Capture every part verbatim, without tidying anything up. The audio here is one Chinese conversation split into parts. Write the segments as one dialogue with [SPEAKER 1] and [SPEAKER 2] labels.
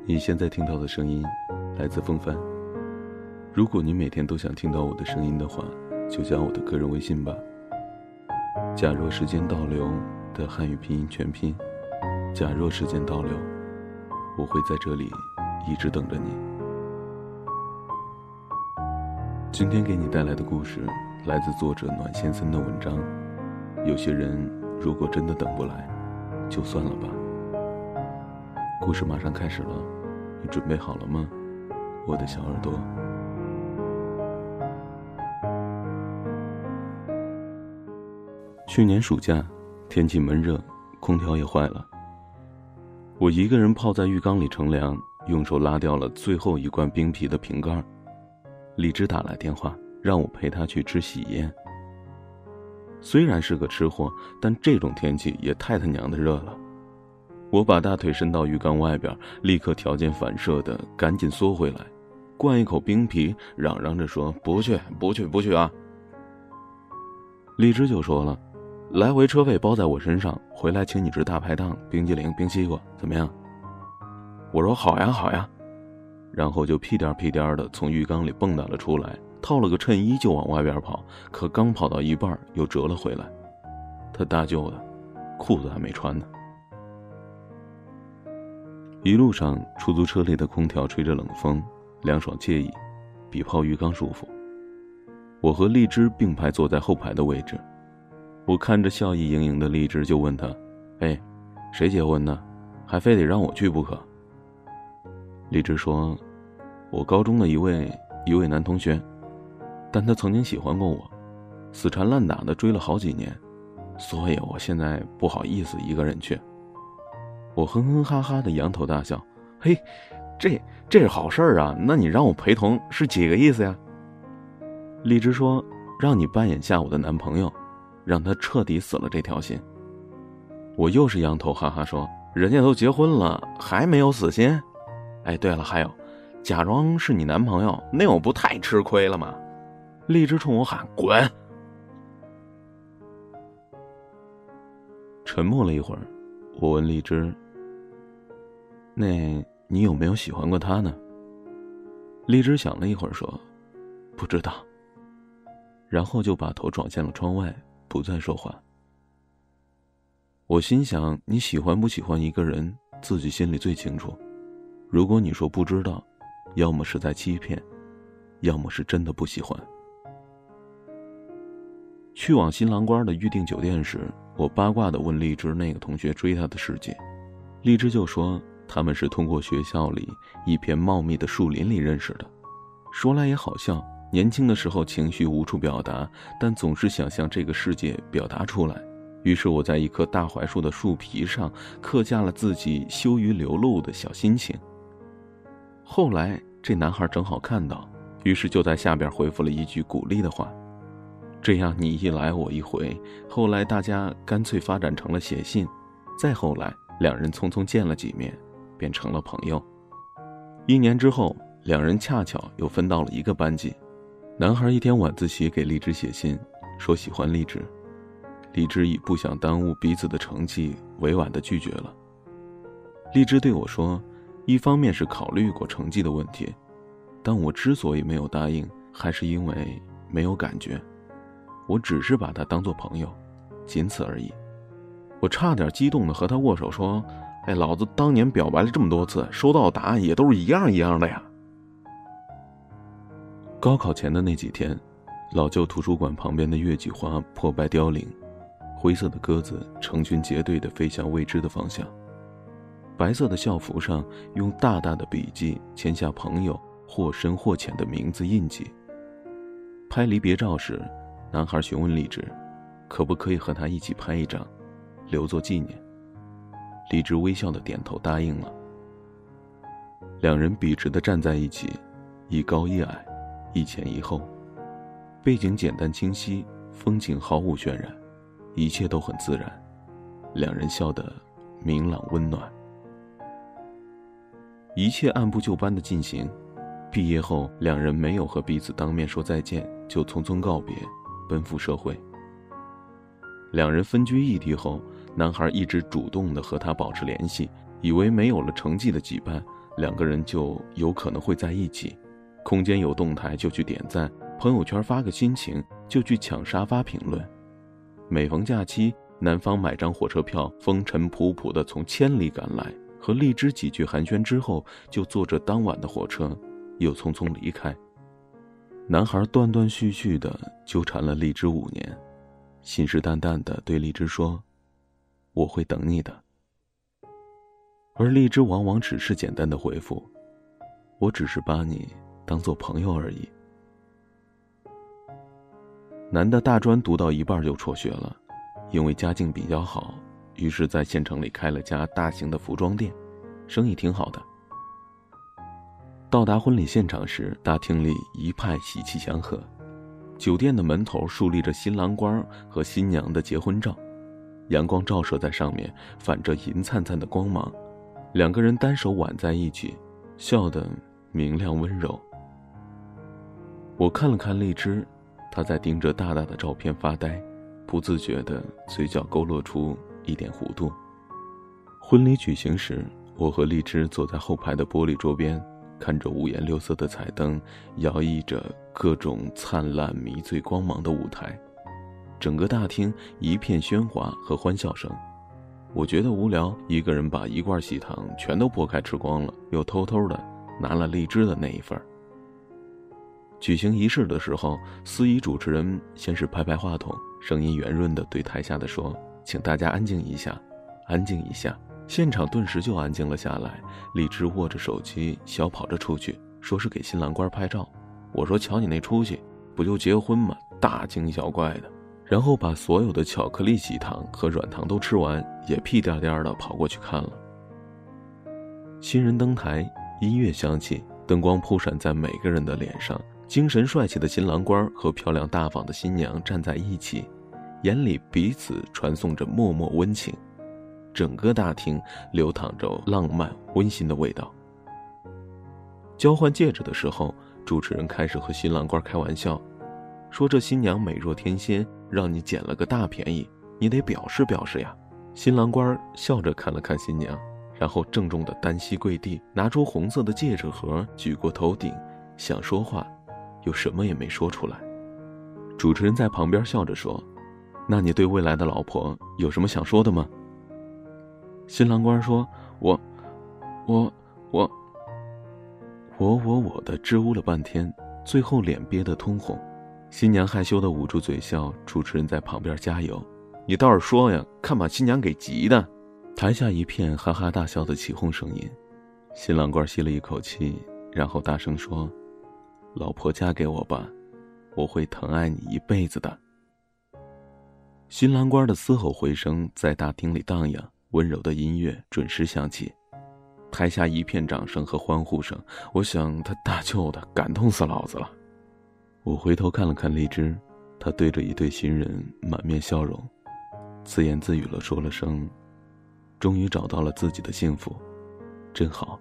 [SPEAKER 1] 你现在听到的声音来自风帆。如果你每天都想听到我的声音的话，就加我的个人微信吧。假若时间倒流的汉语拼音全拼，假若时间倒流，我会在这里一直等着你。今天给你带来的故事来自作者暖先生的文章。有些人如果真的等不来，就算了吧。故事马上开始了，你准备好了吗，我的小耳朵？去年暑假，天气闷热，空调也坏了。我一个人泡在浴缸里乘凉，用手拉掉了最后一罐冰啤的瓶盖。荔枝打来电话，让我陪她去吃喜宴。虽然是个吃货，但这种天气也太他娘的热了。我把大腿伸到浴缸外边，立刻条件反射的赶紧缩回来，灌一口冰啤，嚷嚷着说：“不去，不去，不去啊！”荔枝就说了：“来回车费包在我身上，回来请你吃大排档、冰激凌、冰西瓜，怎么样？”我说：“好呀，好呀。”然后就屁颠屁颠的从浴缸里蹦跶了出来，套了个衬衣就往外边跑，可刚跑到一半又折了回来。他大舅的裤子还没穿呢。一路上，出租车里的空调吹着冷风，凉爽惬意，比泡浴缸舒服。我和荔枝并排坐在后排的位置，我看着笑意盈盈的荔枝，就问他：“哎，谁结婚呢？还非得让我去不可？”荔枝说：“我高中的一位一位男同学，但他曾经喜欢过我，死缠烂打的追了好几年，所以我现在不好意思一个人去。”我哼哼哈哈的扬头大笑：“嘿，这这是好事啊，那你让我陪同是几个意思呀？”荔枝说：“让你扮演下我的男朋友，让他彻底死了这条心。”我又是扬头哈哈说：“人家都结婚了，还没有死心？哎，对了，还有，假装是你男朋友，那我不太吃亏了吗？”荔枝冲我喊：“滚！”沉默了一会儿，我问荔枝：“那你有没有喜欢过他呢？”荔枝想了一会儿说：“不知道。”然后就把头转向了窗外，不再说话。我心想，你喜欢不喜欢一个人，自己心里最清楚。如果你说不知道，要么是在欺骗，要么是真的不喜欢。去往新郎官的预定酒店时，我八卦地问荔枝那个同学追她的事迹。荔枝就说他们是通过学校里一片茂密的树林里认识的。说来也好笑，年轻的时候情绪无处表达，但总是想向这个世界表达出来。于是我在一棵大槐树的树皮上刻下了自己羞于流露的小心情。后来这男孩正好看到，于是就在下边回复了一句鼓励的话。这样你一来我一回，后来大家干脆发展成了写信，再后来两人匆匆见了几面，便成了朋友。一年之后，两人恰巧又分到了一个班级。男孩一天晚自习给荔枝写信，说喜欢荔枝。荔枝以不想耽误彼此的成绩，委婉地拒绝了。荔枝对我说，一方面是考虑过成绩的问题，但我之所以没有答应，还是因为没有感觉。我只是把他当作朋友，仅此而已。我差点激动地和他握手说：“哎，老子当年表白了这么多次，收到的答案也都是一样一样的呀。”高考前的那几天，老旧图书馆旁边的月季花破败凋零，灰色的鸽子成群结队地飞向未知的方向。白色的校服上用大大的笔记签下朋友或深或浅的名字印记。拍离别照时，男孩询问荔枝可不可以和他一起拍一张，留作纪念。荔枝微笑地点头答应了。两人笔直地站在一起，一高一矮，一前一后，背景简单清晰，风景毫无渲染，一切都很自然。两人笑得明朗温暖。一切按部就班地进行。毕业后，两人没有和彼此当面说再见，就匆匆告别，奔赴社会。两人分居异地后，男孩一直主动地和她保持联系，以为没有了成绩的羁绊， 两个人就有可能会在一起。空间有动态就去点赞，朋友圈发个心情就去抢沙发评论。每逢假期，男方买张火车票，风尘仆仆地从千里赶来，和荔枝几句寒暄之后，就坐着当晚的火车，又匆匆离开。男孩断断续续地纠缠了荔枝五年，信誓旦旦地对荔枝说：“我会等你的。”而荔枝往往只是简单的回复：“我只是把你当做朋友而已。”男的大专读到一半就辍学了，因为家境比较好，于是在县城里开了家大型的服装店，生意挺好的。到达婚礼现场时，大厅里一派喜气祥和，酒店的门头竖立着新郎官和新娘的结婚照，阳光照射在上面，反着银灿灿的光芒，两个人单手挽在一起，笑得明亮温柔。我看了看荔枝，他在盯着大大的照片发呆，不自觉地嘴角勾勒出一点弧度。婚礼举行时，我和荔枝坐在后排的玻璃桌边，看着五颜六色的彩灯摇曳着各种灿烂迷醉光芒的舞台，整个大厅一片喧哗和欢笑声。我觉得无聊，一个人把一罐喜糖全都剥开吃光了，又偷偷的拿了荔枝的那一份。举行仪式的时候，司仪主持人先是拍拍话筒，声音圆润地对台下的说：“请大家安静一下，安静一下。”现场顿时就安静了下来。荔枝握着手机小跑着出去，说是给新郎官拍照。我说：“瞧你那出息，不就结婚吗？大惊小怪的。”然后把所有的巧克力喜糖和软糖都吃完，也屁颠颠的跑过去看了。新人登台，音乐响起，灯光铺闪在每个人的脸上，精神帅气的新郎官和漂亮大方的新娘站在一起，眼里彼此传送着脉脉温情。整个大厅流淌着浪漫温馨的味道。交换戒指的时候，主持人开始和新郎官开玩笑，说这新娘美若天仙，让你捡了个大便宜，你得表示表示呀。新郎官笑着看了看新娘，然后郑重地单膝跪地，拿出红色的戒指盒举过头顶，想说话又什么也没说出来。主持人在旁边笑着说：“那你对未来的老婆有什么想说的吗？”新郎官说：“我我我我我我的支吾了半天，最后脸憋得通红。”新娘害羞地捂住嘴笑，主持人在旁边加油：“你倒是说呀，看把新娘给急的。”台下一片哈哈大笑的起哄声音。新郎官吸了一口气，然后大声说：“老婆嫁给我吧，我会疼爱你一辈子的。”新郎官的嘶吼回声在大厅里荡漾，温柔的音乐准时响起，台下一片掌声和欢呼声。我想他大舅的感动死老子了。我回头看了看荔枝，他对着一对新人满面笑容，自言自语了说了声：“终于找到了自己的幸福，真好。”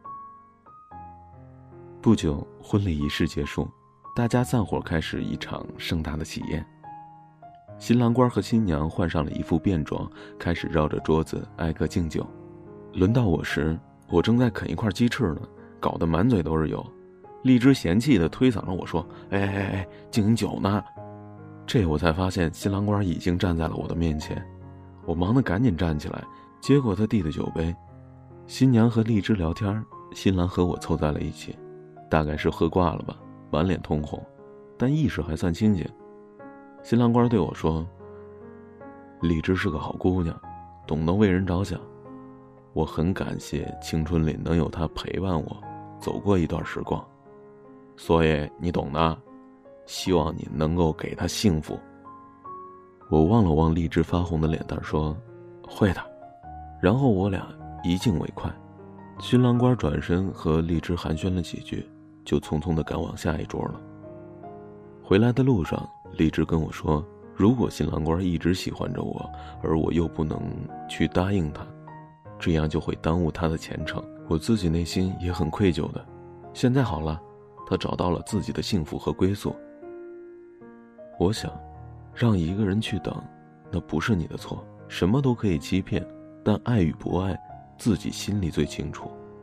[SPEAKER 1] 不久，婚礼仪式结束，大家散伙，开始一场盛大的喜宴。新郎官和新娘换上了一副便装，开始绕着桌子挨个敬酒。轮到我时，我正在啃一块鸡翅呢，搞得满嘴都是油。荔枝嫌弃地推搡着我说：“哎哎哎，敬酒呢。”这我才发现新郎官已经站在了我的面前。我忙得赶紧站起来，接过他递的酒杯。新娘和荔枝聊天，新郎和我凑在了一起，大概是喝挂了吧，满脸通红，但意识还算清醒。新郎官对我说：“荔枝是个好姑娘，懂得为人着想，我很感谢青春里能有她陪伴我走过一段时光，所以你懂的，希望你能够给她幸福。”我望了望荔枝发红的脸蛋说：“会的。”然后我俩一敬为快。新郎官转身和荔枝寒暄了几句，就匆匆地赶往下一桌了。回来的路上，荔枝跟我说，如果新郎官一直喜欢着我，而我又不能去答应他，这样就会耽误他的前程。我自己内心也很愧疚的。现在好了，他找到了自己的幸福和归宿。我想，让一个人去等，那不是你的错。什么都可以欺骗，但爱与不爱，自己心里最清楚。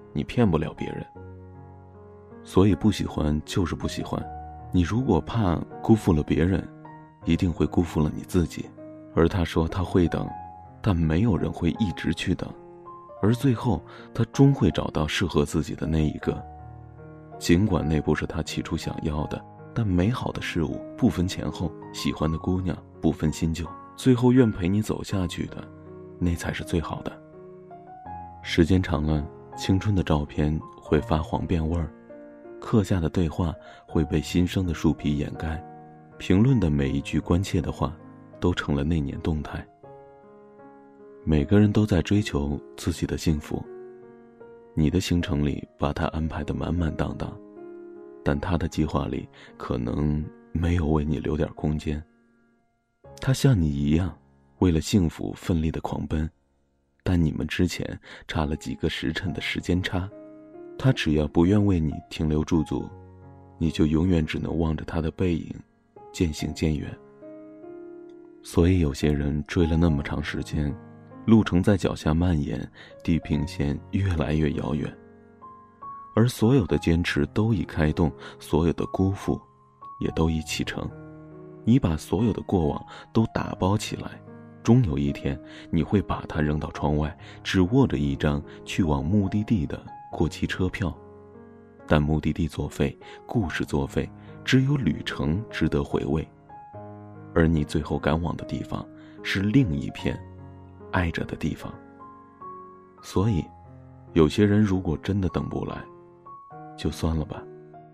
[SPEAKER 1] 你骗不了别人。所以不喜欢就是不喜欢，你如果怕辜负了别人，一定会辜负了你自己。而他说他会等，但没有人会一直去等，而最后他终会找到适合自己的那一个。尽管那不是他起初想要的，但美好的事物不分前后，喜欢的姑娘不分新旧，最后愿陪你走下去的，那才是最好的。时间长了，青春的照片会发黄变味儿，刻下的对话会被新生的树皮掩盖，评论的每一句关切的话都成了那年动态。每个人都在追求自己的幸福，你的行程里把他安排得满满当当，但他的计划里可能没有为你留点空间。他像你一样为了幸福奋力的狂奔，但你们之前差了几个时辰的时间差，他只要不愿为你停留驻足，你就永远只能望着他的背影渐行渐远。所以有些人追了那么长时间，路程在脚下蔓延，地平线越来越遥远，而所有的坚持都已开动，所有的辜负也都已启程。你把所有的过往都打包起来，终有一天你会把它扔到窗外，只握着一张去往目的地的过期车票。但目的地作废，故事作废，只有旅程值得回味。而你最后赶往的地方是另一片爱着的地方。所以有些人如果真的等不来，就算了吧。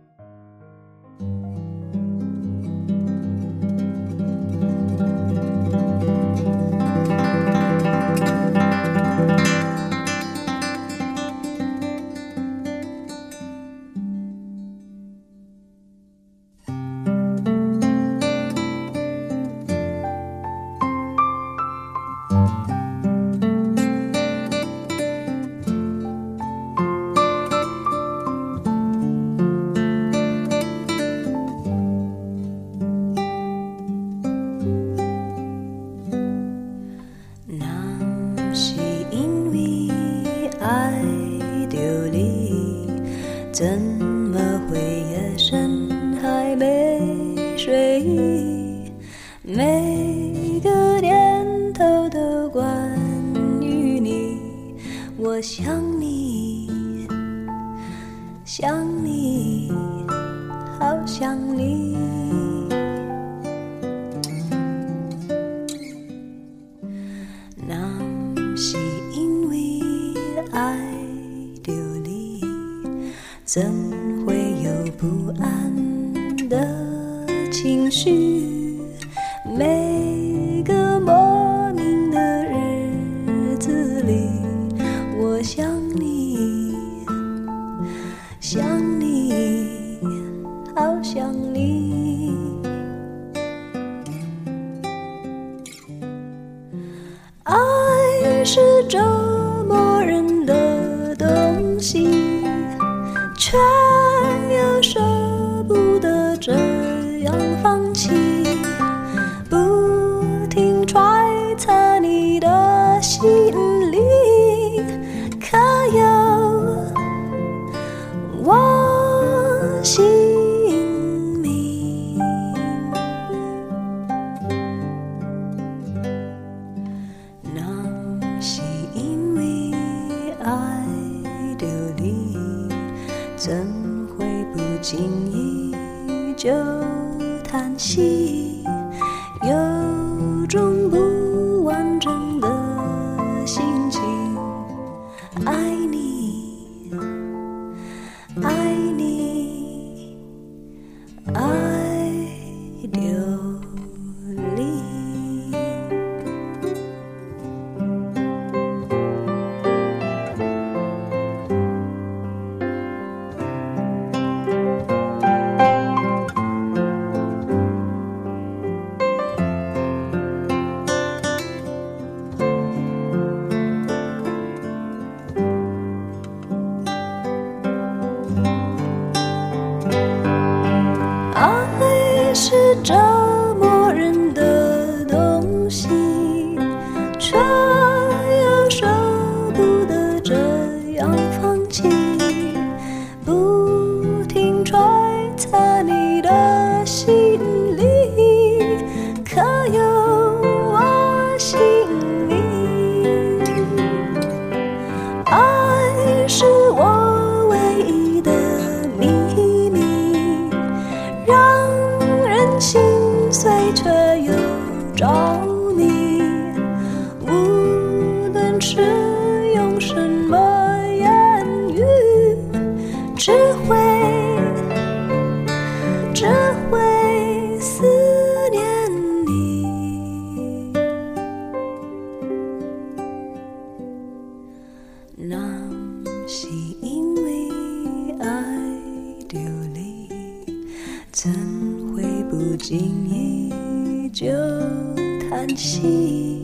[SPEAKER 2] 怎么会夜深还没睡意？每个念头都关于你，我想你，想你，好想你。那是因为爱流离，怎会有不安的情绪？每个莫名的日子里，我想你，想你，好想你。爱是折磨人的东西，却又舍不得这样放弃，不停揣测你的心里，可有我姓名？那是因为爱流离，怎会不经意就叹息，有种不完整的心情。爱你，爱你，爱流离。爱是折磨人的东西，却又舍不得这样放弃。 那是因为爱着你，怎会不经意就叹息？